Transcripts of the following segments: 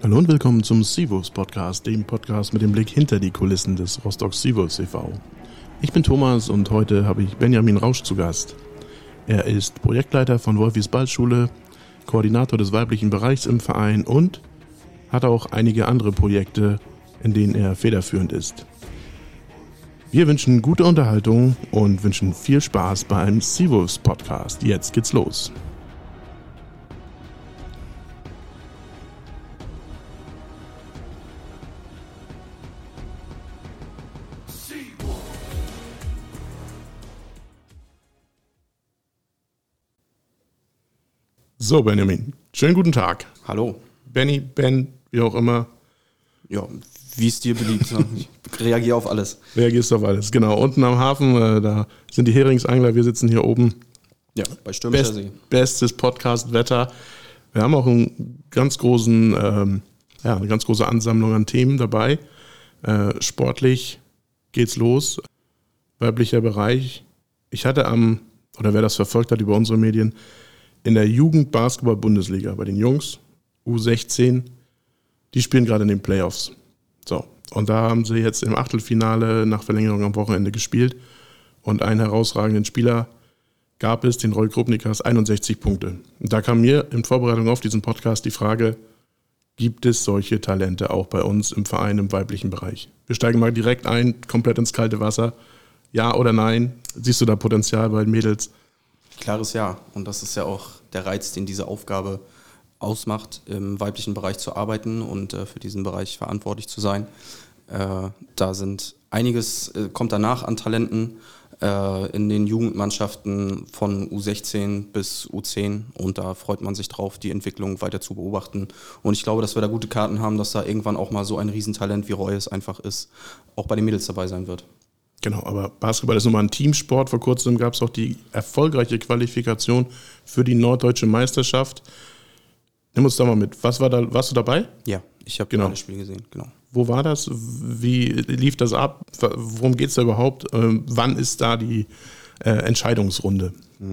Hallo und willkommen zum Seawolves Podcast, dem Podcast mit dem Blick hinter die Kulissen des Rostock Seawolves e.V. Ich bin Thomas und heute habe ich Benjamin Rausch zu Gast. Er ist Projektleiter von Wolfis Ballschule, Koordinator des weiblichen Bereichs im Verein und hat auch einige andere Projekte, in denen er federführend ist. Wir wünschen gute Unterhaltung und wünschen viel Spaß beim Seawolves Podcast. Jetzt geht's los. So, Benjamin, schönen guten Tag. Hallo. Benny, Ben, wie auch immer. Ja, wie es dir beliebt. Ich reagiere auf alles. Reagierst auf alles, genau. Unten am Hafen, da sind die Heringsangler, wir sitzen hier oben. Ja, bei stürmischer See. Bestes Podcast-Wetter. Wir haben auch eine ganz große Ansammlung an Themen dabei. Sportlich geht's los. Weiblicher Bereich. Ich hatte wer das verfolgt hat über unsere Medien, in der Jugend-Basketball-Bundesliga bei den Jungs, U16, die spielen gerade in den Playoffs. So, und da haben sie jetzt im Achtelfinale nach Verlängerung am Wochenende gespielt und einen herausragenden Spieler gab es, den Roy Krupnikas, 61 Punkte. Und da kam mir in Vorbereitung auf diesen Podcast die Frage, gibt es solche Talente auch bei uns im Verein im weiblichen Bereich? Wir steigen mal direkt ein, komplett ins kalte Wasser. Ja oder nein? Siehst du da Potenzial bei den Mädels? Klares Ja. Und das ist ja auch der Reiz, den diese Aufgabe ausmacht, im weiblichen Bereich zu arbeiten und für diesen Bereich verantwortlich zu sein. Da sind einiges, kommt danach an Talenten in den Jugendmannschaften von U16 bis U10 und da freut man sich drauf, die Entwicklung weiter zu beobachten. Und ich glaube, dass wir da gute Karten haben, dass da irgendwann auch mal so ein Riesentalent, wie Roy es einfach ist, auch bei den Mädels dabei sein wird. Genau, aber Basketball ist nun mal ein Teamsport. Vor kurzem gab es auch die erfolgreiche Qualifikation für die Norddeutsche Meisterschaft. Nimm uns da mal mit. Warst du dabei? Ja, ich habe das Spiel gesehen, genau. Wo war das? Wie lief das ab? Worum geht es da überhaupt? Wann ist da die Entscheidungsrunde?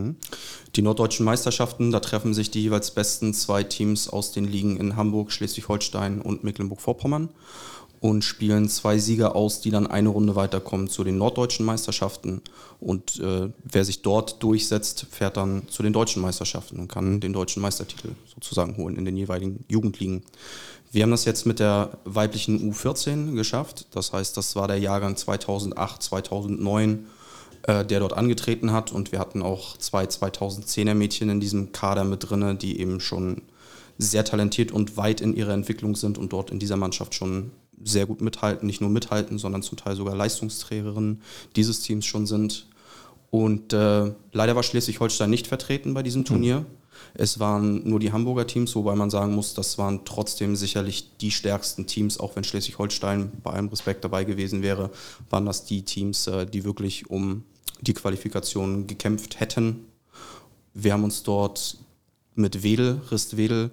Die Norddeutschen Meisterschaften, da treffen sich die jeweils besten zwei Teams aus den Ligen in Hamburg, Schleswig-Holstein und Mecklenburg-Vorpommern und spielen zwei Sieger aus, die dann eine Runde weiterkommen zu den Norddeutschen Meisterschaften. Und wer sich dort durchsetzt, fährt dann zu den Deutschen Meisterschaften und kann den deutschen Meistertitel sozusagen holen in den jeweiligen Jugendligen. Wir haben das jetzt mit der weiblichen U14 geschafft. Das heißt, das war der Jahrgang 2008, 2009, der dort angetreten hat. Und wir hatten auch zwei 2010er Mädchen in diesem Kader mit drin, die eben schon sehr talentiert und weit in ihrer Entwicklung sind und dort in dieser Mannschaft schon sehr gut mithalten. Nicht nur mithalten, sondern zum Teil sogar Leistungsträgerinnen dieses Teams schon sind. Und leider war Schleswig-Holstein nicht vertreten bei diesem Turnier. Es waren nur die Hamburger Teams, wobei man sagen muss, das waren trotzdem sicherlich die stärksten Teams, auch wenn Schleswig-Holstein bei allem Respekt dabei gewesen wäre, waren das die Teams, die wirklich um die Qualifikation gekämpft hätten. Wir haben uns dort mit Rist Wedel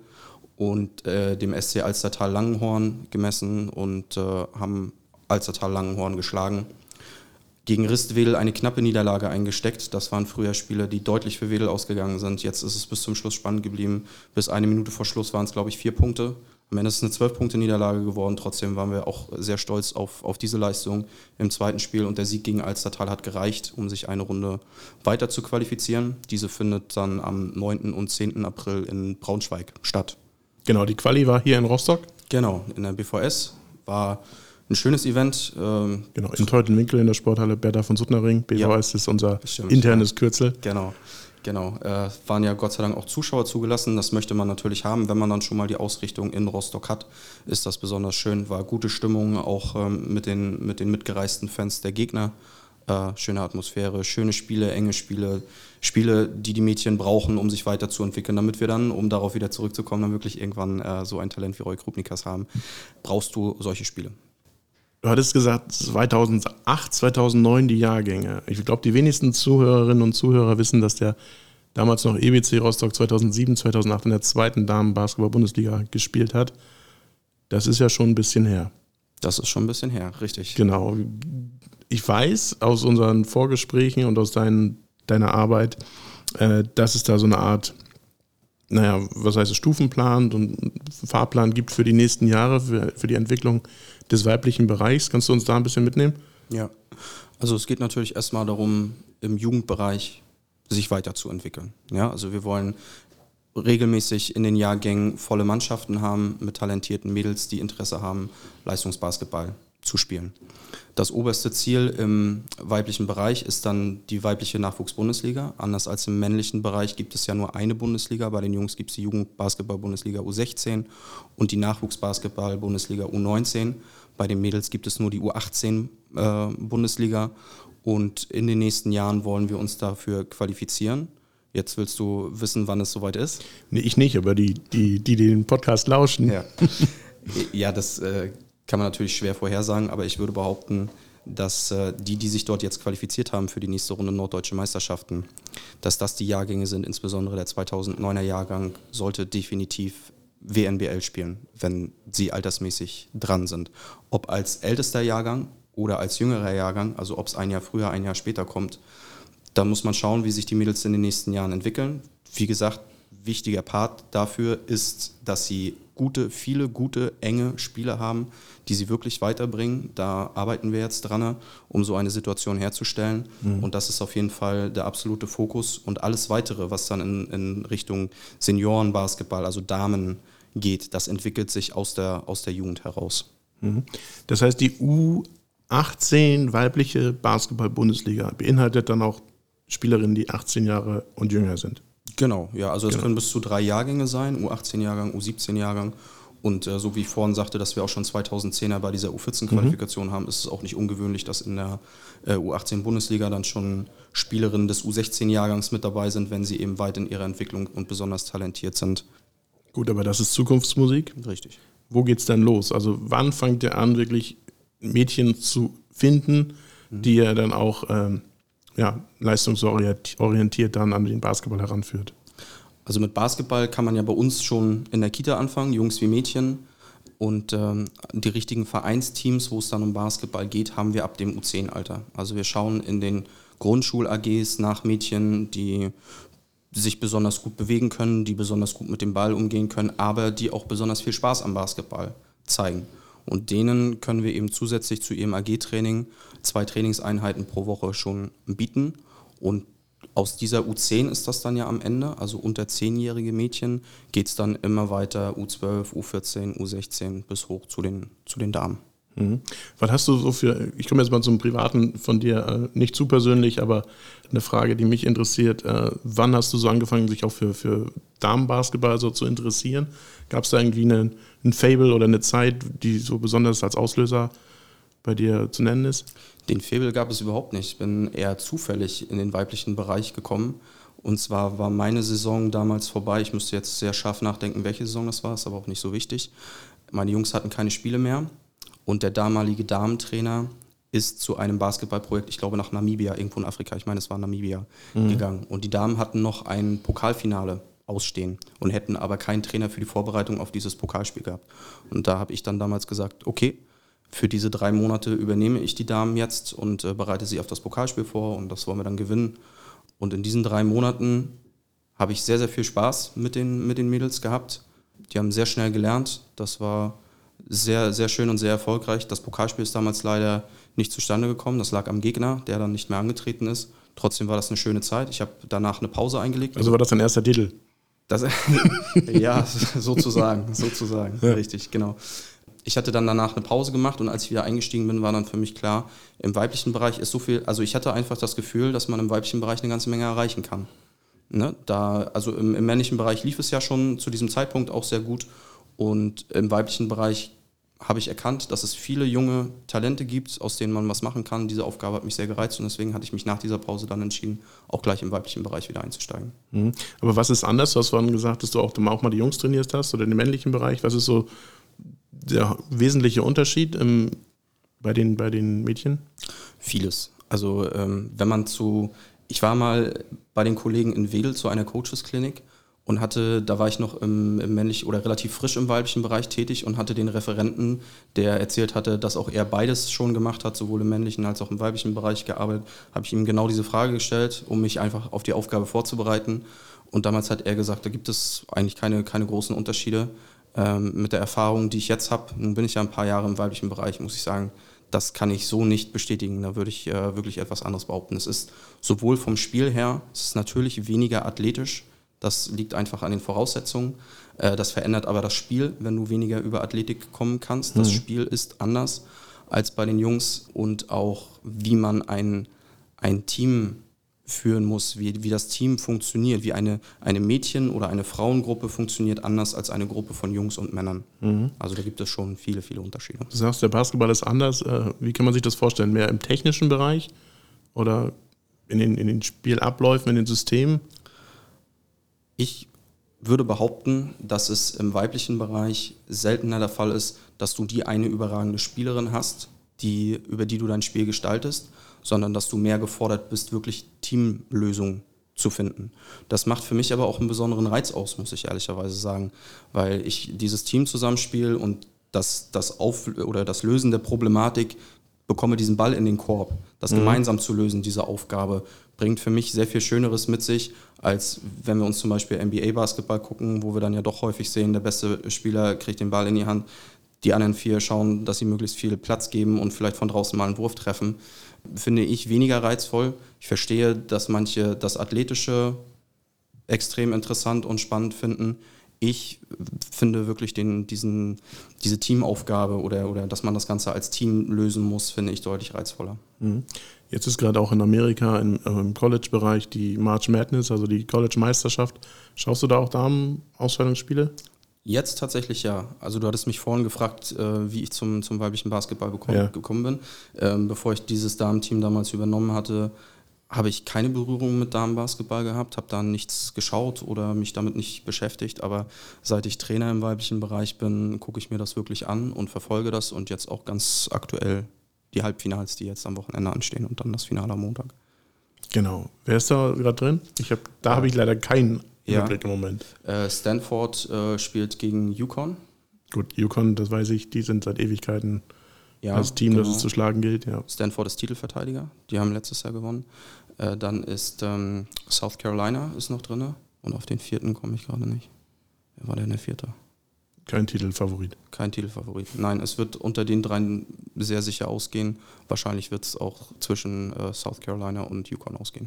und dem SC Alstertal-Langenhorn gemessen und haben Alstertal-Langenhorn geschlagen. Gegen Rist Wedel eine knappe Niederlage eingesteckt. Das waren früher Spiele, die deutlich für Wedel ausgegangen sind. Jetzt ist es bis zum Schluss spannend geblieben. Bis eine Minute vor Schluss waren es, glaube ich, 4 Punkte. Am Ende ist es eine 12-Punkte-Niederlage geworden. Trotzdem waren wir auch sehr stolz auf diese Leistung im zweiten Spiel. Und der Sieg gegen Alstertal hat gereicht, um sich eine Runde weiter zu qualifizieren. Diese findet dann am 9. und 10. April in Braunschweig statt. Genau, die Quali war hier in Rostock? Genau, in der BVS. War ein schönes Event. Genau, in Teutenwinkel in der Sporthalle Bertha von Suttnering. BVS ist unser internes Kürzel. Genau. Waren ja Gott sei Dank auch Zuschauer zugelassen. Das möchte man natürlich haben, wenn man dann schon mal die Ausrichtung in Rostock hat. Ist das besonders schön. War gute Stimmung, auch mit den mitgereisten Fans der Gegner. Schöne Atmosphäre, schöne Spiele, enge Spiele, die Mädchen brauchen, um sich weiterzuentwickeln, damit wir dann, um darauf wieder zurückzukommen, dann wirklich irgendwann so ein Talent wie Roy Krupnikas haben. Brauchst du solche Spiele? Du hattest gesagt, 2008, 2009 die Jahrgänge. Ich glaube, die wenigsten Zuhörerinnen und Zuhörer wissen, dass der damals noch EBC Rostock 2007, 2008 in der zweiten Damen-Basketball-Bundesliga gespielt hat. Das ist ja schon ein bisschen her. Das ist schon ein bisschen her, richtig. Genau. Ich weiß aus unseren Vorgesprächen und aus deiner Arbeit, dass es da so eine Art was heißt es, Stufenplan und einen Fahrplan gibt für die nächsten Jahre, für die Entwicklung des weiblichen Bereichs. Kannst du uns da ein bisschen mitnehmen? Ja, also es geht natürlich erstmal darum, im Jugendbereich sich weiterzuentwickeln. Ja, also wir wollen regelmäßig in den Jahrgängen volle Mannschaften haben mit talentierten Mädels, die Interesse haben, Leistungsbasketball zu spielen. Das oberste Ziel im weiblichen Bereich ist dann die weibliche Nachwuchsbundesliga. Anders als im männlichen Bereich gibt es ja nur eine Bundesliga. Bei den Jungs gibt es die Jugendbasketball-Bundesliga U16 und die Nachwuchsbasketball-Bundesliga U19. Bei den Mädels gibt es nur die U18-Bundesliga. Und in den nächsten Jahren wollen wir uns dafür qualifizieren. Jetzt willst du wissen, wann es soweit ist? Nee, ich nicht, aber die den Podcast lauschen. Ja, ja, das kann man natürlich schwer vorhersagen, aber ich würde behaupten, dass die sich dort jetzt qualifiziert haben für die nächste Runde Norddeutsche Meisterschaften, dass das die Jahrgänge sind, insbesondere der 2009er Jahrgang sollte definitiv WNBL spielen, wenn sie altersmäßig dran sind. Ob als ältester Jahrgang oder als jüngerer Jahrgang, also ob es ein Jahr früher, ein Jahr später kommt, da muss man schauen, wie sich die Mädels in den nächsten Jahren entwickeln. Wie gesagt, wichtiger Part dafür ist, dass sie viele gute, enge Spieler haben, die sie wirklich weiterbringen. Da arbeiten wir jetzt dran, um so eine Situation herzustellen. Und das ist auf jeden Fall der absolute Fokus. Und alles Weitere, was dann in Richtung Seniorenbasketball, also Damen geht, das entwickelt sich aus der Jugend heraus. Das heißt, die U18 weibliche Basketball-Bundesliga beinhaltet dann auch Spielerinnen, die 18 Jahre und jünger sind. Genau, ja, also es können bis zu 3 Jahrgänge sein, U18-Jahrgang, U17-Jahrgang. Und so wie ich vorhin sagte, dass wir auch schon 2010er bei dieser U14-Qualifikation haben, ist es auch nicht ungewöhnlich, dass in der U18-Bundesliga dann schon Spielerinnen des U16-Jahrgangs mit dabei sind, wenn sie eben weit in ihrer Entwicklung und besonders talentiert sind. Gut, aber das ist Zukunftsmusik. Richtig. Wo geht's dann los? Also wann fängt ihr an, wirklich Mädchen zu finden, die ihr dann auch leistungsorientiert dann an den Basketball heranführt? Also mit Basketball kann man ja bei uns schon in der Kita anfangen, Jungs wie Mädchen. Und die richtigen Vereinsteams, wo es dann um Basketball geht, haben wir ab dem U10-Alter. Also wir schauen in den Grundschul-AGs nach Mädchen, die sich besonders gut bewegen können, die besonders gut mit dem Ball umgehen können, aber die auch besonders viel Spaß am Basketball zeigen. Und denen können wir eben zusätzlich zu ihrem AG-Training 2 Trainingseinheiten pro Woche schon bieten. Und aus dieser U10 ist das dann ja am Ende, also unter 10-jährige Mädchen, geht es dann immer weiter U12, U14, U16 bis hoch zu den Damen. Was hast du so ich komme jetzt mal zum Privaten von dir, nicht zu persönlich, aber eine Frage, die mich interessiert, wann hast du so angefangen, sich auch für Damenbasketball so zu interessieren? Gab es da irgendwie ein Fable oder eine Zeit, die so besonders als Auslöser bei dir zu nennen ist? Den Faible gab es überhaupt nicht. Ich bin eher zufällig in den weiblichen Bereich gekommen. Und zwar war meine Saison damals vorbei. Ich müsste jetzt sehr scharf nachdenken, welche Saison das war, ist aber auch nicht so wichtig. Meine Jungs hatten keine Spiele mehr. Und der damalige Damentrainer ist zu einem Basketballprojekt, ich glaube nach Namibia, irgendwo in Afrika, ich meine es war Namibia, gegangen. Und die Damen hatten noch ein Pokalfinale ausstehen und hätten aber keinen Trainer für die Vorbereitung auf dieses Pokalspiel gehabt. Und da habe ich dann damals gesagt, okay, für diese 3 Monate übernehme ich die Damen jetzt und bereite sie auf das Pokalspiel vor und das wollen wir dann gewinnen. Und in diesen 3 Monaten habe ich sehr, sehr viel Spaß mit den Mädels gehabt. Die haben sehr schnell gelernt, das war sehr, sehr schön und sehr erfolgreich. Das Pokalspiel ist damals leider nicht zustande gekommen. Das lag am Gegner, der dann nicht mehr angetreten ist. Trotzdem war das eine schöne Zeit. Ich habe danach eine Pause eingelegt. Also war das dein erster Titel? Ja, sozusagen, ja. Richtig, genau. Ich hatte dann danach eine Pause gemacht und als ich wieder eingestiegen bin, war dann für mich klar, im weiblichen Bereich ist so viel, also ich hatte einfach das Gefühl, dass man im weiblichen Bereich eine ganze Menge erreichen kann. Ne? Also im männlichen Bereich lief es ja schon zu diesem Zeitpunkt auch sehr gut und im weiblichen Bereich habe ich erkannt, dass es viele junge Talente gibt, aus denen man was machen kann. Diese Aufgabe hat mich sehr gereizt und deswegen hatte ich mich nach dieser Pause dann entschieden, auch gleich im weiblichen Bereich wieder einzusteigen. Aber was ist anders? Du hast vorhin gesagt, dass du auch mal die Jungs trainiert hast oder den männlichen Bereich. Was ist so der wesentliche Unterschied bei den Mädchen? Vieles. Also ich war mal bei den Kollegen in Wedel zu einer Coaches-Klinik und da war ich noch im männlichen oder relativ frisch im weiblichen Bereich tätig und hatte den Referenten, der erzählt hatte, dass auch er beides schon gemacht hat, sowohl im männlichen als auch im weiblichen Bereich gearbeitet, habe ich ihm genau diese Frage gestellt, um mich einfach auf die Aufgabe vorzubereiten. Und damals hat er gesagt, da gibt es eigentlich keine großen Unterschiede. Mit der Erfahrung, die ich jetzt habe, nun bin ich ja ein paar Jahre im weiblichen Bereich, muss ich sagen, das kann ich so nicht bestätigen. Da würde ich wirklich etwas anderes behaupten. Es ist sowohl vom Spiel her, es ist natürlich weniger athletisch. Das liegt einfach an den Voraussetzungen. Das verändert aber das Spiel, wenn du weniger über Athletik kommen kannst. Das Spiel ist anders als bei den Jungs und auch, wie man ein Team führen muss, wie das Team funktioniert, wie eine Mädchen- oder eine Frauengruppe funktioniert, anders als eine Gruppe von Jungs und Männern. Also da gibt es schon viele, viele Unterschiede. Du sagst, der Basketball ist anders. Wie kann man sich das vorstellen? Mehr im technischen Bereich oder in den Spielabläufen, in den Systemen? Ich würde behaupten, dass es im weiblichen Bereich seltener der Fall ist, dass du die eine überragende Spielerin hast, über die du dein Spiel gestaltest, sondern dass du mehr gefordert bist, wirklich Teamlösungen zu finden. Das macht für mich aber auch einen besonderen Reiz aus, muss ich ehrlicherweise sagen, weil ich dieses Teamzusammenspiel und das Lösen der Problematik, bekomme diesen Ball in den Korb. Das gemeinsam zu lösen, diese Aufgabe, bringt für mich sehr viel Schöneres mit sich, als wenn wir uns zum Beispiel NBA-Basketball gucken, wo wir dann ja doch häufig sehen, der beste Spieler kriegt den Ball in die Hand, die anderen 4 schauen, dass sie möglichst viel Platz geben und vielleicht von draußen mal einen Wurf treffen. Finde ich weniger reizvoll. Ich verstehe, dass manche das Athletische extrem interessant und spannend finden. Ich finde wirklich diese Teamaufgabe oder dass man das Ganze als Team lösen muss, finde ich deutlich reizvoller. Jetzt ist gerade auch in Amerika im College-Bereich die March Madness, also die College-Meisterschaft. Schaust du da auch Damen-Ausscheidungsspiele? Jetzt tatsächlich ja. Also du hattest mich vorhin gefragt, wie ich zum weiblichen Basketball gekommen bin. Bevor ich dieses Damenteam damals übernommen hatte, habe ich keine Berührung mit Damenbasketball gehabt, habe da nichts geschaut oder mich damit nicht beschäftigt. Aber seit ich Trainer im weiblichen Bereich bin, gucke ich mir das wirklich an und verfolge das. Und jetzt auch ganz aktuell die Halbfinals, die jetzt am Wochenende anstehen und dann das Finale am Montag. Genau. Wer ist da gerade drin? Habe ich leider keinen Überblick im Moment. Stanford spielt gegen UConn. Gut, UConn, das weiß ich, die sind seit Ewigkeiten als Team, das es zu schlagen gilt. Ja. Stanford ist Titelverteidiger, die haben letztes Jahr gewonnen. Dann ist South Carolina ist noch drin und auf den 4. komme ich gerade nicht. Wer war denn der 4.? Kein Titelfavorit. Kein Titelfavorit. Nein, es wird unter den 3 sehr sicher ausgehen. Wahrscheinlich wird es auch zwischen South Carolina und UConn ausgehen.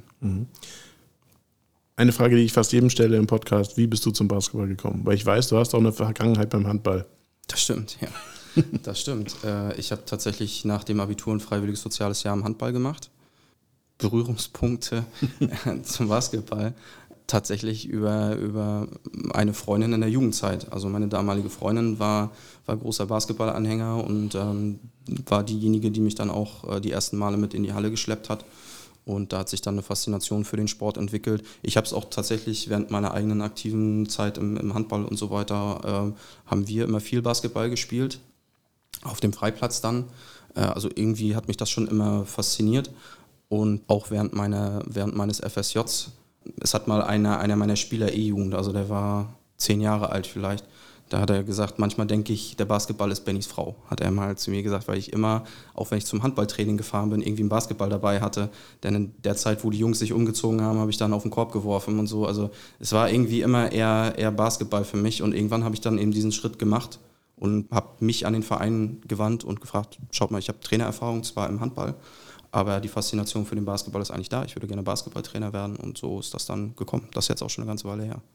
Eine Frage, die ich fast jedem stelle im Podcast: Wie bist du zum Basketball gekommen? Weil ich weiß, du hast auch eine Vergangenheit beim Handball. Das stimmt, ja. Das stimmt. Ich habe tatsächlich nach dem Abitur ein freiwilliges soziales Jahr im Handball gemacht. Berührungspunkte zum Basketball tatsächlich über eine Freundin in der Jugendzeit. Also meine damalige Freundin war großer Basketballanhänger und war diejenige, die mich dann auch die ersten Male mit in die Halle geschleppt hat. Und da hat sich dann eine Faszination für den Sport entwickelt. Ich habe es auch tatsächlich während meiner eigenen aktiven Zeit im Handball und so weiter, haben wir immer viel Basketball gespielt. Auf dem Freiplatz dann. Also irgendwie hat mich das schon immer fasziniert. Und auch während meines FSJs, es hat mal einer meiner Spieler E-Jugend, also der war 10 Jahre alt vielleicht, da hat er gesagt, manchmal denke ich, der Basketball ist Bennys Frau, hat er mal zu mir gesagt, weil ich immer, auch wenn ich zum Handballtraining gefahren bin, irgendwie einen Basketball dabei hatte. Denn in der Zeit, wo die Jungs sich umgezogen haben, habe ich dann auf den Korb geworfen und so. Also es war irgendwie immer eher Basketball für mich und irgendwann habe ich dann eben diesen Schritt gemacht und habe mich an den Verein gewandt und gefragt, schaut mal, ich habe Trainererfahrung, zwar im Handball, aber die Faszination für den Basketball ist eigentlich da. Ich würde gerne Basketballtrainer werden und so ist das dann gekommen. Das ist jetzt auch schon eine ganze Weile her.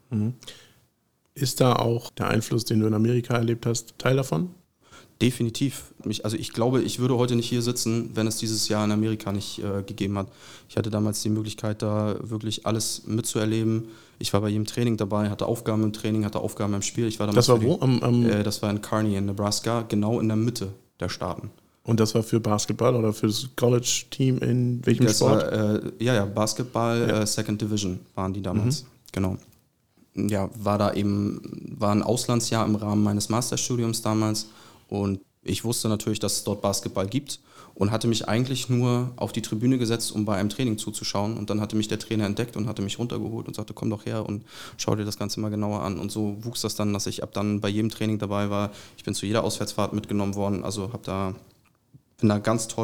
Ist da auch der Einfluss, den du in Amerika erlebt hast, Teil davon? Definitiv. Ich glaube, ich würde heute nicht hier sitzen, wenn es dieses Jahr in Amerika nicht gegeben hat. Ich hatte damals die Möglichkeit, da wirklich alles mitzuerleben. Ich war bei jedem Training dabei, hatte Aufgaben im Training, hatte Aufgaben im Spiel. Das war wo? Das war in Kearney in Nebraska, genau in der Mitte der Staaten. Und das war für Basketball oder für das College-Team in welchem Sport? Basketball, Second Division waren die damals, genau. Ja, war ein Auslandsjahr im Rahmen meines Masterstudiums damals und ich wusste natürlich, dass es dort Basketball gibt und hatte mich eigentlich nur auf die Tribüne gesetzt, um bei einem Training zuzuschauen und dann hatte mich der Trainer entdeckt und hatte mich runtergeholt und sagte, komm doch her und schau dir das Ganze mal genauer an und so wuchs das dann, dass ich ab dann bei jedem Training dabei war. Ich bin zu jeder Auswärtsfahrt mitgenommen worden, also bin da ganz toll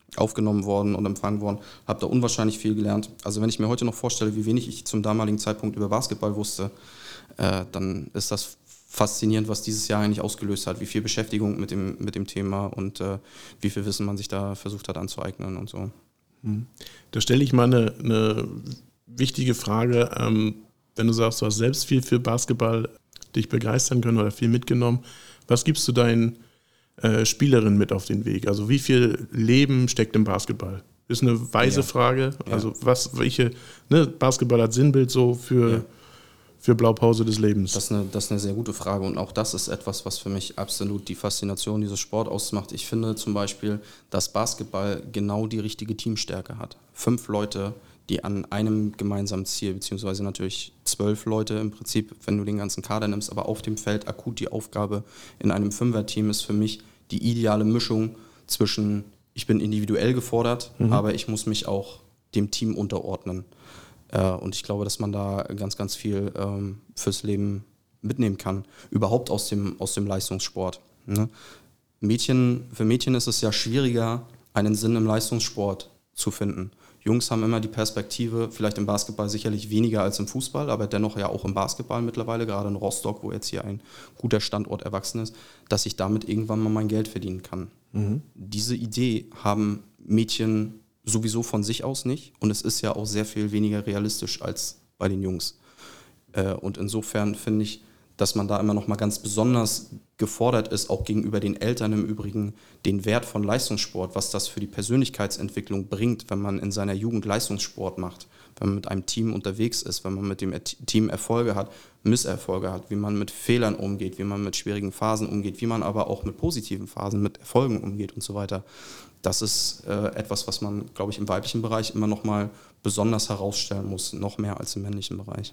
aufgenommen worden und empfangen worden, habe da unwahrscheinlich viel gelernt. Also wenn ich mir heute noch vorstelle, wie wenig ich zum damaligen Zeitpunkt über Basketball wusste, dann ist das faszinierend, was dieses Jahr eigentlich ausgelöst hat, wie viel Beschäftigung mit dem Thema und wie viel Wissen man sich da versucht hat anzueignen und so. Da stelle ich mal eine wichtige Frage. Wenn du sagst, du hast selbst viel für Basketball dich begeistern können oder viel mitgenommen, was gibst du deinen Spielerinnen mit auf den Weg? Also wie viel Leben steckt im Basketball? Ist eine weise Frage. Ja. Also Basketball hat Sinnbild so für Blaupause des Lebens. Das ist eine sehr gute Frage und auch das ist etwas, was für mich absolut die Faszination dieses Sports ausmacht. Ich finde zum Beispiel, dass Basketball genau die richtige Teamstärke hat. 5 Leute, die an einem gemeinsamen Ziel, beziehungsweise natürlich 12 Leute im Prinzip, wenn du den ganzen Kader nimmst, aber auf dem Feld akut die Aufgabe in einem Fünfer-Team ist für mich die ideale Mischung zwischen, ich bin individuell gefordert, aber ich muss mich auch dem Team unterordnen. Und ich glaube, dass man da ganz, ganz viel fürs Leben mitnehmen kann, überhaupt aus dem Leistungssport. Ne? Für Mädchen ist es ja schwieriger, einen Sinn im Leistungssport zu finden. Jungs haben immer die Perspektive, vielleicht im Basketball sicherlich weniger als im Fußball, aber dennoch ja auch im Basketball mittlerweile, gerade in Rostock, wo jetzt hier ein guter Standort erwachsen ist, dass ich damit irgendwann mal mein Geld verdienen kann. Diese Idee haben Mädchen sowieso von sich aus nicht und es ist ja auch sehr viel weniger realistisch als bei den Jungs. Und insofern finde ich, dass man da immer noch mal ganz besonders gefordert ist, auch gegenüber den Eltern im Übrigen, den Wert von Leistungssport, was das für die Persönlichkeitsentwicklung bringt, wenn man in seiner Jugend Leistungssport macht, wenn man mit einem Team unterwegs ist, wenn man mit dem Team Erfolge hat, Misserfolge hat, wie man mit Fehlern umgeht, wie man mit schwierigen Phasen umgeht, wie man aber auch mit positiven Phasen, mit Erfolgen umgeht und so weiter. Das ist etwas, was man, glaube ich, im weiblichen Bereich immer noch mal besonders herausstellen muss, noch mehr als im männlichen Bereich.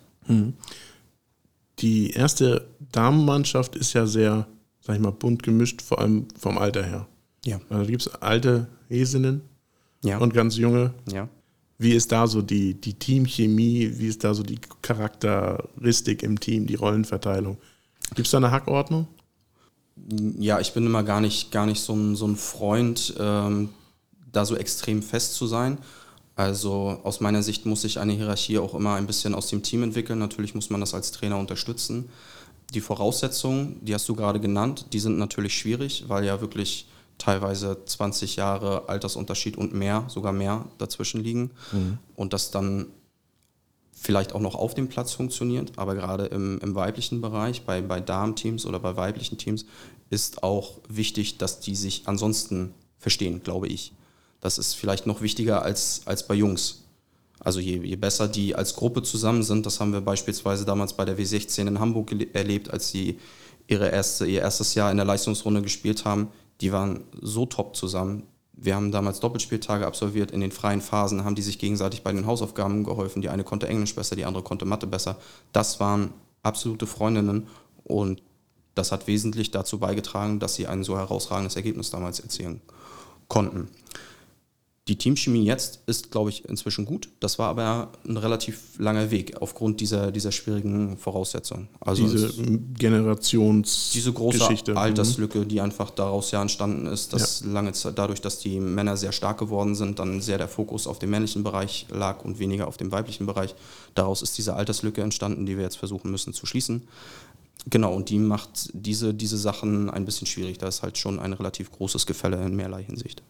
Die erste Damenmannschaft ist ja sehr, sag ich mal, bunt gemischt, vor allem vom Alter her. Ja. Also da gibt es alte Häsinnen Ja. und ganz junge. Ja. Wie ist da so die Teamchemie, wie ist da so die Charakteristik im Team, die Rollenverteilung? Gibt es da eine Hackordnung? Ja, ich bin immer gar nicht so ein Freund, da so extrem fest zu sein. Also aus meiner Sicht muss sich eine Hierarchie auch immer ein bisschen aus dem Team entwickeln. Natürlich muss man das als Trainer unterstützen. Die Voraussetzungen, die hast du gerade genannt, die sind natürlich schwierig, weil ja wirklich teilweise 20 Jahre Altersunterschied und mehr, sogar mehr dazwischen liegen. Und das dann vielleicht auch noch auf dem Platz funktioniert, aber gerade im weiblichen Bereich, bei Damenteams oder bei weiblichen Teams, ist auch wichtig, dass die sich ansonsten verstehen, glaube ich. Das ist vielleicht noch wichtiger als bei Jungs. Also je besser die als Gruppe zusammen sind, das haben wir beispielsweise damals bei der W16 in Hamburg erlebt, als sie ihr erstes Jahr in der Leistungsrunde gespielt haben, die waren so top zusammen. Wir haben damals Doppelspieltage absolviert. In den freien Phasen haben die sich gegenseitig bei den Hausaufgaben geholfen. Die eine konnte Englisch besser, die andere konnte Mathe besser. Das waren absolute Freundinnen und das hat wesentlich dazu beigetragen, dass sie ein so herausragendes Ergebnis damals erzielen konnten. Die Teamchemie jetzt ist, glaube ich, inzwischen gut. Das war aber ein relativ langer Weg aufgrund dieser schwierigen Voraussetzungen. Also diese diese große Geschichte. Alterslücke, die einfach daraus ja entstanden ist, dass lange Zeit, dadurch, dass die Männer sehr stark geworden sind, dann sehr der Fokus auf dem männlichen Bereich lag und weniger auf dem weiblichen Bereich. Daraus ist diese Alterslücke entstanden, die wir jetzt versuchen müssen zu schließen. Genau, und die macht diese Sachen ein bisschen schwierig. Da ist halt schon ein relativ großes Gefälle in mehrerlei Hinsicht.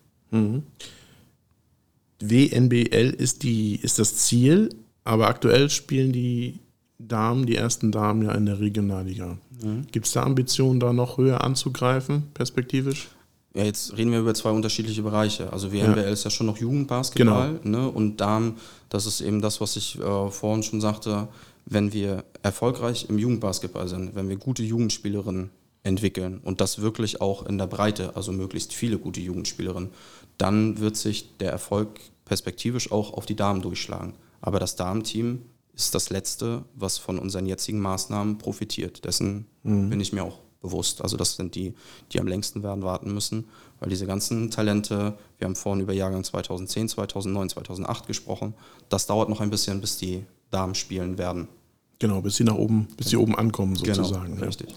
WNBL ist das Ziel, aber aktuell spielen die ersten Damen ja in der Regionalliga. Gibt es da Ambitionen, da noch höher anzugreifen, perspektivisch? Ja, jetzt reden wir über 2 unterschiedliche Bereiche. Also WNBL ist ja schon noch Jugendbasketball, Genau. Ne? Und Damen, das ist eben das, was ich vorhin schon sagte, wenn wir erfolgreich im Jugendbasketball sind, wenn wir gute Jugendspielerinnen entwickeln und das wirklich auch in der Breite, also möglichst viele gute Jugendspielerinnen, dann wird sich der Erfolg perspektivisch auch auf die Damen durchschlagen. Aber das Damenteam ist das Letzte, was von unseren jetzigen Maßnahmen profitiert. Dessen bin ich mir auch bewusst. Also das sind die am längsten werden warten müssen, weil diese ganzen Talente, wir haben vorhin über Jahrgang 2010, 2009, 2008 gesprochen, das dauert noch ein bisschen, bis die Damen spielen werden. Genau, bis sie oben ankommen sozusagen. Genau, richtig.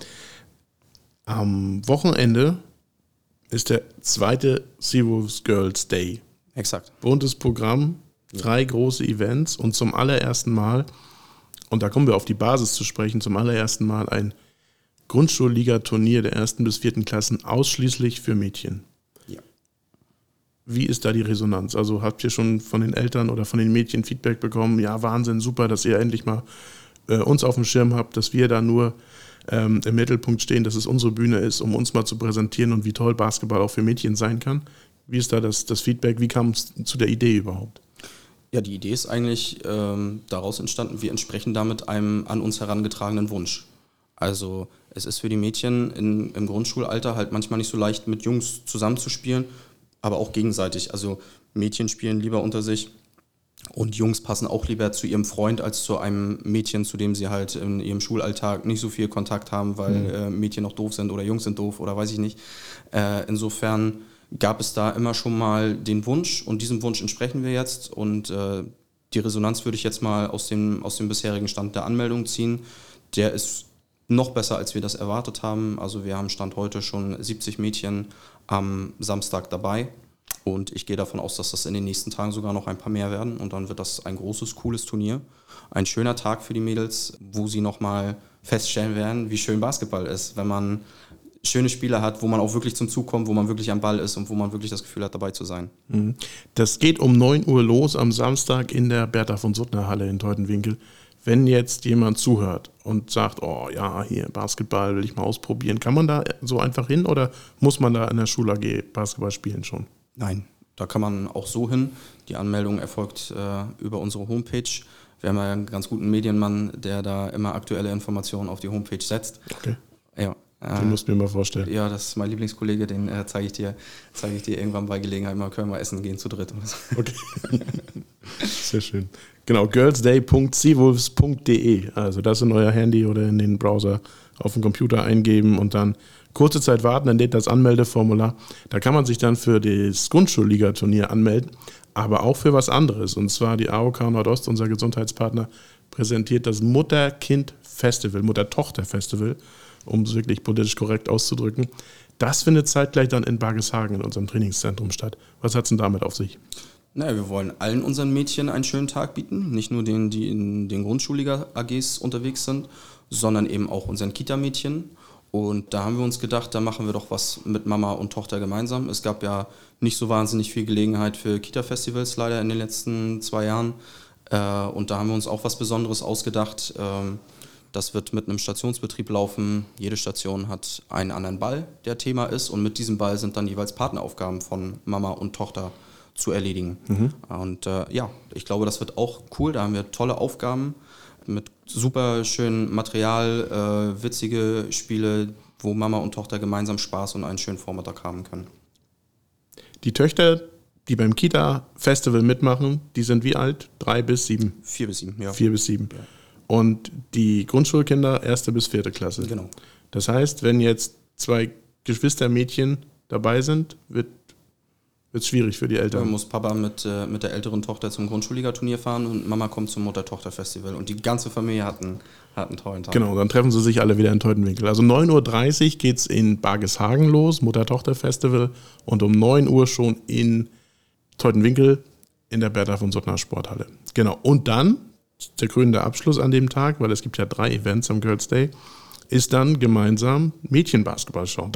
Am Wochenende ist der zweite Seawolves Girls Day. Exakt. Buntes Programm, 3 große Events und zum allerersten Mal, und da kommen wir auf die Basis zu sprechen, zum allerersten Mal ein Grundschulliga-Turnier der 1. bis 4. Klassen ausschließlich für Mädchen. Ja. Wie ist da die Resonanz? Also habt ihr schon von den Eltern oder von den Mädchen Feedback bekommen? Ja, Wahnsinn, super, dass ihr endlich mal uns auf dem Schirm habt, dass wir da nur im Mittelpunkt stehen, dass es unsere Bühne ist, um uns mal zu präsentieren und wie toll Basketball auch für Mädchen sein kann. Wie ist da das Feedback? Wie kam es zu der Idee überhaupt? Ja, die Idee ist eigentlich daraus entstanden, wir entsprechen damit einem an uns herangetragenen Wunsch. Also es ist für die Mädchen im Grundschulalter halt manchmal nicht so leicht, mit Jungs zusammenzuspielen, aber auch gegenseitig. Also Mädchen spielen lieber unter sich und Jungs passen auch lieber zu ihrem Freund als zu einem Mädchen, zu dem sie halt in ihrem Schulalltag nicht so viel Kontakt haben, weil Mädchen noch doof sind oder Jungs sind doof oder weiß ich nicht. Insofern gab es da immer schon mal den Wunsch und diesem Wunsch entsprechen wir jetzt und die Resonanz würde ich jetzt mal aus dem bisherigen Stand der Anmeldung ziehen. Der ist noch besser, als wir das erwartet haben. Also wir haben Stand heute schon 70 Mädchen am Samstag dabei und ich gehe davon aus, dass das in den nächsten Tagen sogar noch ein paar mehr werden und dann wird das ein großes, cooles Turnier. Ein schöner Tag für die Mädels, wo sie nochmal feststellen werden, wie schön Basketball ist, wenn man schöne Spiele hat, wo man auch wirklich zum Zug kommt, wo man wirklich am Ball ist und wo man wirklich das Gefühl hat, dabei zu sein. Das geht um 9 Uhr los am Samstag in der Bertha von Suttner Halle in Teutenwinkel. Wenn jetzt jemand zuhört und sagt, oh ja, hier Basketball will ich mal ausprobieren, kann man da so einfach hin oder muss man da in der Schul AG Basketball spielen schon? Nein, da kann man auch so hin. Die Anmeldung erfolgt über unsere Homepage. Wir haben ja einen ganz guten Medienmann, der da immer aktuelle Informationen auf die Homepage setzt. Okay. Ja. Den musst du mir mal vorstellen. Ja, das ist mein Lieblingskollege, den zeige ich dir irgendwann bei Gelegenheit mal, können wir essen gehen zu dritt. Oder so. Okay. Sehr schön. Genau, girlsday.seawolves.de. Also das in euer Handy oder in den Browser auf dem Computer eingeben und dann kurze Zeit warten, dann lädt das Anmeldeformular. Da kann man sich dann für das Grundschulliga-Turnier anmelden, aber auch für was anderes. Und zwar die AOK Nordost, unser Gesundheitspartner, präsentiert das Mutter-Kind-Festival, Mutter-Tochter-Festival, um es wirklich politisch korrekt auszudrücken. Das findet zeitgleich dann in Bargeshagen in unserem Trainingszentrum statt. Was hat es denn damit auf sich? Naja, wir wollen allen unseren Mädchen einen schönen Tag bieten. Nicht nur denen, die in den Grundschulliga-AGs unterwegs sind, sondern eben auch unseren Kita-Mädchen. Und da haben wir uns gedacht, da machen wir doch was mit Mama und Tochter gemeinsam. Es gab ja nicht so wahnsinnig viel Gelegenheit für Kita-Festivals leider in den letzten 2 Jahren. Und da haben wir uns auch was Besonderes ausgedacht. Das wird mit einem Stationsbetrieb laufen. Jede Station hat einen anderen Ball, der Thema ist. Und mit diesem Ball sind dann jeweils Partneraufgaben von Mama und Tochter zu erledigen. Und ja, ich glaube, das wird auch cool. Da haben wir tolle Aufgaben mit super schönem Material, witzige Spiele, wo Mama und Tochter gemeinsam Spaß und einen schönen Vormittag haben können. Die Töchter, die beim Kita-Festival mitmachen, die sind wie alt? 3 bis 7? 4 bis 7, ja. 4 bis 7. Ja. Und die Grundschulkinder 1. bis 4. Klasse. Genau. Das heißt, wenn jetzt 2 Geschwistermädchen dabei sind, wird es schwierig für die Eltern. Dann muss Papa mit der älteren Tochter zum Grundschulliga-Turnier fahren und Mama kommt zum Mutter-Tochter-Festival. Und die ganze Familie hat einen tollen Tag. Genau, dann treffen sie sich alle wieder in Teutenwinkel. Also 9.30 Uhr geht es in Bargeshagen los, Mutter-Tochter-Festival. Und um 9 Uhr schon in Teutenwinkel in der Bertha von Suttner Sporthalle. Genau, und dann, der krönende Abschluss an dem Tag, weil es gibt ja 3 Events am Girls Day, ist dann gemeinsam Mädchenbasketball schauen.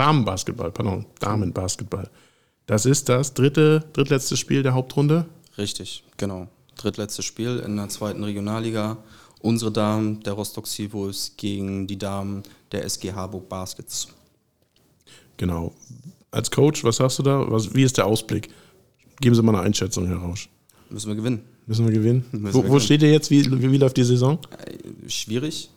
Damenbasketball. Das ist das drittletzte Spiel der Hauptrunde? Richtig, genau. Drittletztes Spiel in der 2. Regionalliga. Unsere Damen der Rostock Seawolves gegen die Damen der SG Harburg Baskets. Genau. Als Coach, was sagst du da? Wie ist der Ausblick? Geben Sie mal eine Einschätzung, Herr Rausch. Müssen wir gewinnen. Wo steht ihr jetzt? Wie läuft die Saison? Schwierig.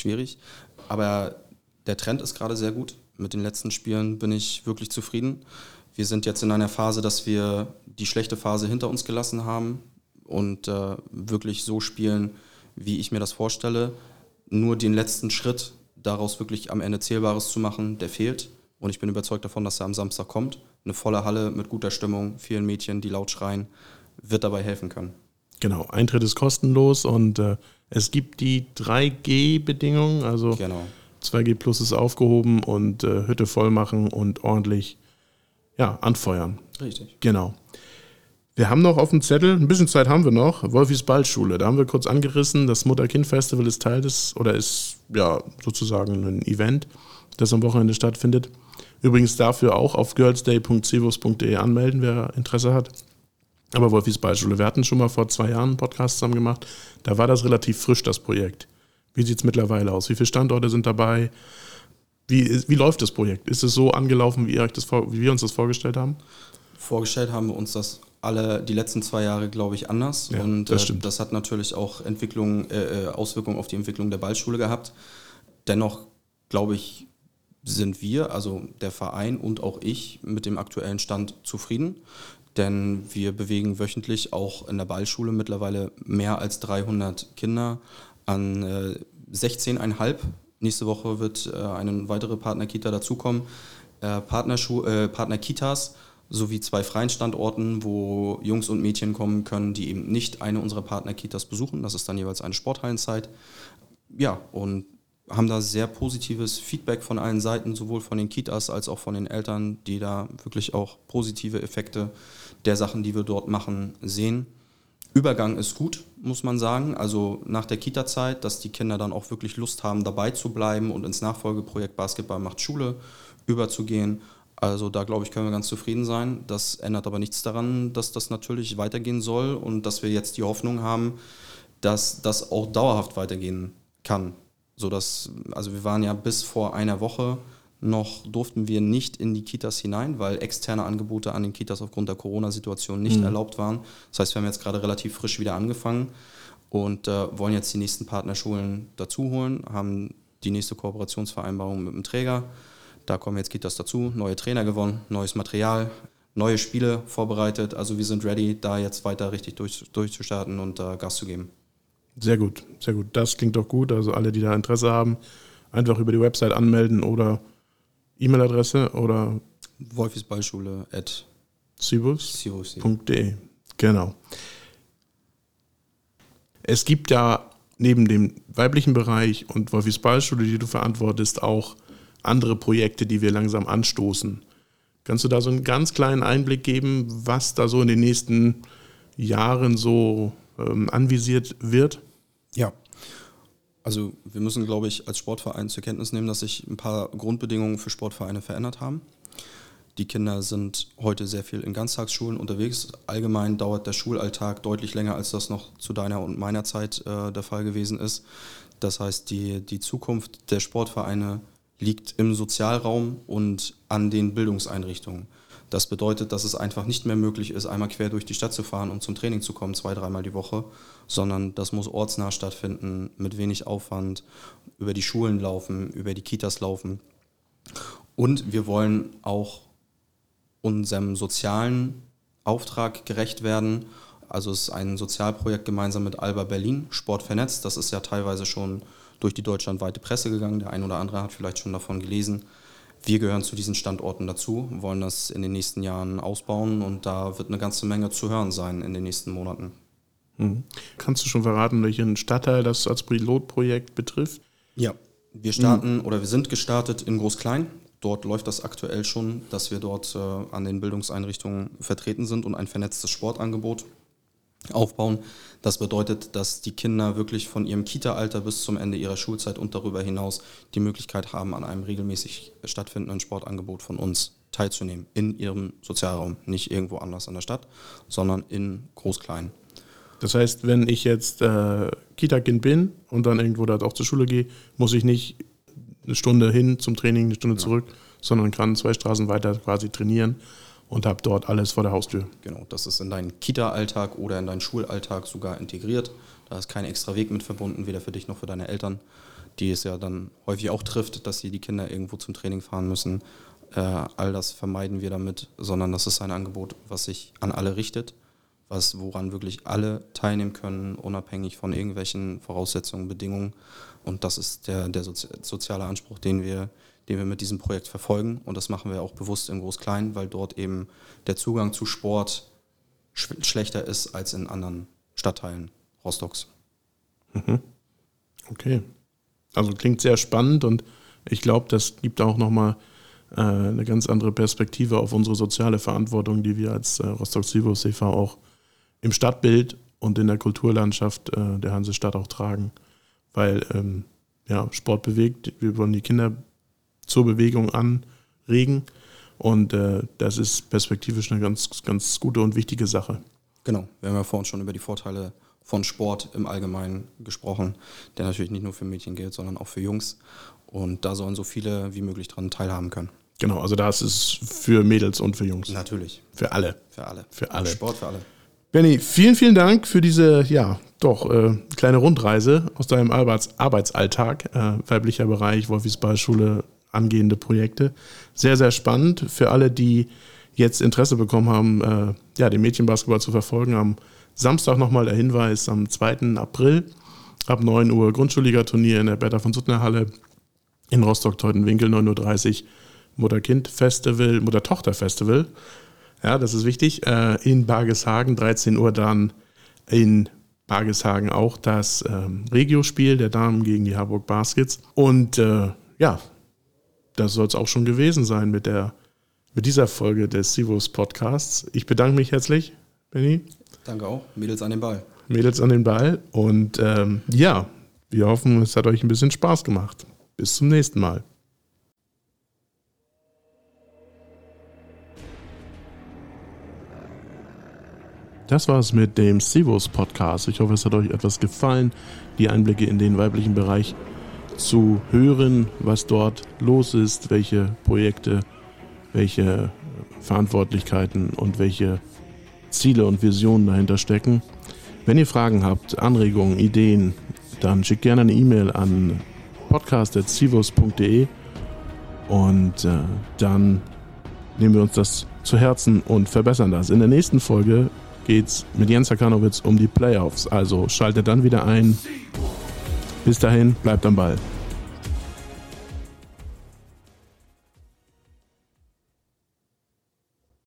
Aber der Trend ist gerade sehr gut. Mit den letzten Spielen bin ich wirklich zufrieden. Wir sind jetzt in einer Phase, dass wir die schlechte Phase hinter uns gelassen haben und wirklich so spielen, wie ich mir das vorstelle. Nur den letzten Schritt, daraus wirklich am Ende Zählbares zu machen, der fehlt. Und ich bin überzeugt davon, dass er am Samstag kommt. Eine volle Halle mit guter Stimmung, vielen Mädchen, die laut schreien, wird dabei helfen können. Genau, Eintritt ist kostenlos und es gibt die 3G-Bedingungen, also genau. 2G Plus ist aufgehoben und Hütte voll machen und ordentlich anfeuern. Richtig. Genau. Wir haben noch auf dem Zettel, ein bisschen Zeit haben wir noch, Wolfis Ballschule. Da haben wir kurz angerissen, das Mutter-Kind-Festival ist Teil des, oder ist ja sozusagen ein Event, das am Wochenende stattfindet. Übrigens dafür auch auf girlsday.cevus.de anmelden, wer Interesse hat. Aber Wolfis Ballschule, wir hatten schon mal vor 2 Jahren einen Podcast zusammen gemacht, da war das relativ frisch, das Projekt. Wie sieht es mittlerweile aus? Wie viele Standorte sind dabei? Wie läuft das Projekt? Ist es so angelaufen, wie wir uns das vorgestellt haben? Vorgestellt haben wir uns das alle die letzten 2 Jahre, glaube ich, anders. Ja, und das hat natürlich auch Auswirkungen auf die Entwicklung der Ballschule gehabt. Dennoch, glaube ich, sind wir, also der Verein und auch ich, mit dem aktuellen Stand zufrieden. Denn wir bewegen wöchentlich auch in der Ballschule mittlerweile mehr als 300 Kinder an 16,5. Nächste Woche wird eine weitere Partnerkita dazukommen. Partnerkitas sowie 2 freien Standorten, wo Jungs und Mädchen kommen können, die eben nicht eine unserer Partnerkitas besuchen. Das ist dann jeweils eine Sporthallenzeit. Ja, und haben da sehr positives Feedback von allen Seiten, sowohl von den Kitas als auch von den Eltern, die da wirklich auch positive Effekte der Sachen, die wir dort machen, sehen. Übergang ist gut, muss man sagen. Also nach der Kita-Zeit, dass die Kinder dann auch wirklich Lust haben, dabei zu bleiben und ins Nachfolgeprojekt Basketball macht Schule überzugehen. Also da, glaube ich, können wir ganz zufrieden sein. Das ändert aber nichts daran, dass das natürlich weitergehen soll und dass wir jetzt die Hoffnung haben, dass das auch dauerhaft weitergehen kann. Also wir waren ja bis vor einer Woche durften wir nicht in die Kitas hinein, weil externe Angebote an den Kitas aufgrund der Corona-Situation nicht erlaubt waren. Das heißt, wir haben jetzt gerade relativ frisch wieder angefangen und wollen jetzt die nächsten Partnerschulen dazu holen, haben die nächste Kooperationsvereinbarung mit dem Träger. Da kommen jetzt Kitas dazu, neue Trainer gewonnen, neues Material, neue Spiele vorbereitet. Also wir sind ready, da jetzt weiter richtig durchzustarten und Gas zu geben. Sehr gut, sehr gut. Das klingt doch gut. Also alle, die da Interesse haben, einfach über die Website anmelden oder E-Mail-Adresse oder wolfisballschule@cevus.de. Genau. Es gibt ja neben dem weiblichen Bereich und Wolfis Ballschule, die du verantwortest, auch andere Projekte, die wir langsam anstoßen. Kannst du da so einen ganz kleinen Einblick geben, was da so in den nächsten Jahren so anvisiert wird? Ja, also wir müssen, glaube ich, als Sportverein zur Kenntnis nehmen, dass sich ein paar Grundbedingungen für Sportvereine verändert haben. Die Kinder sind heute sehr viel in Ganztagsschulen unterwegs. Allgemein dauert der Schulalltag deutlich länger, als das noch zu deiner und meiner Zeit der Fall gewesen ist. Das heißt, die Zukunft der Sportvereine liegt im Sozialraum und an den Bildungseinrichtungen. Das bedeutet, dass es einfach nicht mehr möglich ist, einmal quer durch die Stadt zu fahren und zum Training zu kommen, 2-3 Mal die Woche, sondern das muss ortsnah stattfinden, mit wenig Aufwand, über die Schulen laufen, über die Kitas laufen. Und wir wollen auch unserem sozialen Auftrag gerecht werden. Also es ist ein Sozialprojekt gemeinsam mit Alba Berlin, Sport vernetzt. Das ist ja teilweise schon durch die deutschlandweite Presse gegangen. Der ein oder andere hat vielleicht schon davon gelesen. Wir gehören zu diesen Standorten dazu, wollen das in den nächsten Jahren ausbauen und da wird eine ganze Menge zu hören sein in den nächsten Monaten. Mhm. Kannst du schon verraten, welchen Stadtteil das als Pilotprojekt betrifft? Ja, wir sind gestartet in Groß-Klein. Dort läuft das aktuell schon, dass wir dort an den Bildungseinrichtungen vertreten sind und ein vernetztes Sportangebot aufbauen. Das bedeutet, dass die Kinder wirklich von ihrem Kita-Alter bis zum Ende ihrer Schulzeit und darüber hinaus die Möglichkeit haben, an einem regelmäßig stattfindenden Sportangebot von uns teilzunehmen. In ihrem Sozialraum, nicht irgendwo anders in der Stadt, sondern in Groß-Klein. Das heißt, wenn ich jetzt Kita-Kind bin und dann irgendwo da auch zur Schule gehe, muss ich nicht eine Stunde hin zum Training, eine Stunde zurück, sondern kann 2 Straßen weiter quasi trainieren und habe dort alles vor der Haustür. Genau, das ist in deinen Kita-Alltag oder in deinen Schulalltag sogar integriert. Da ist kein extra Weg mit verbunden, weder für dich noch für deine Eltern, die es ja dann häufig auch trifft, dass sie die Kinder irgendwo zum Training fahren müssen. All das vermeiden wir damit, sondern das ist ein Angebot, was sich an alle richtet, woran wirklich alle teilnehmen können, unabhängig von irgendwelchen Voraussetzungen, Bedingungen. Und das ist der soziale Anspruch, den wir mit diesem Projekt verfolgen. Und das machen wir auch bewusst in Groß-Klein, weil dort eben der Zugang zu Sport schlechter ist als in anderen Stadtteilen Rostocks. Mhm. Okay. Also klingt sehr spannend und ich glaube, das gibt auch nochmal eine ganz andere Perspektive auf unsere soziale Verantwortung, die wir als Rostock Cevus e.V. auch im Stadtbild und in der Kulturlandschaft der Hansestadt auch tragen. Weil Sport bewegt, wir wollen die Kinder zur Bewegung anregen und das ist perspektivisch eine ganz, ganz gute und wichtige Sache. Genau, wir haben ja vorhin schon über die Vorteile von Sport im Allgemeinen gesprochen, der natürlich nicht nur für Mädchen gilt, sondern auch für Jungs. Und da sollen so viele wie möglich dran teilhaben können. Genau, also da ist es für Mädels und für Jungs. Natürlich. Für alle. Für alle. Für alle. Sport für alle. Benni, vielen, vielen Dank für diese, kleine Rundreise aus deinem Arbeitsalltag, weiblicher Bereich, Wolfisballschule, angehende Projekte. Sehr, sehr spannend für alle, die jetzt Interesse bekommen haben, den Mädchenbasketball zu verfolgen. Am Samstag nochmal der Hinweis, am 2. April ab 9 Uhr Grundschulligaturnier in der Bertha von Suttner Halle in Rostock-Teutenwinkel, 9.30 Uhr Mutter-Kind-Festival, Mutter-Tochter-Festival. Ja, das ist wichtig. In Bargeshagen, 13 Uhr dann in Bargeshagen auch das Regio-Spiel der Damen gegen die Harburg Baskets. Und das soll es auch schon gewesen sein mit dieser Folge des Sivus Podcasts. Ich bedanke mich herzlich, Benni. Danke auch. Mädels an den Ball. Mädels an den Ball. Und wir hoffen, es hat euch ein bisschen Spaß gemacht. Bis zum nächsten Mal. Das war's mit dem Sivus Podcast. Ich hoffe, es hat euch etwas gefallen, die Einblicke in den weiblichen Bereich zu hören, was dort los ist, welche Projekte, welche Verantwortlichkeiten und welche Ziele und Visionen dahinter stecken. Wenn ihr Fragen habt, Anregungen, Ideen, dann schickt gerne eine E-Mail an podcast@sivus.de und dann nehmen wir uns das zu Herzen und verbessern das. In der nächsten Folge geht's mit Jens Hakanowitz um die Playoffs, also schaltet dann wieder ein. Bis dahin, bleibt am Ball.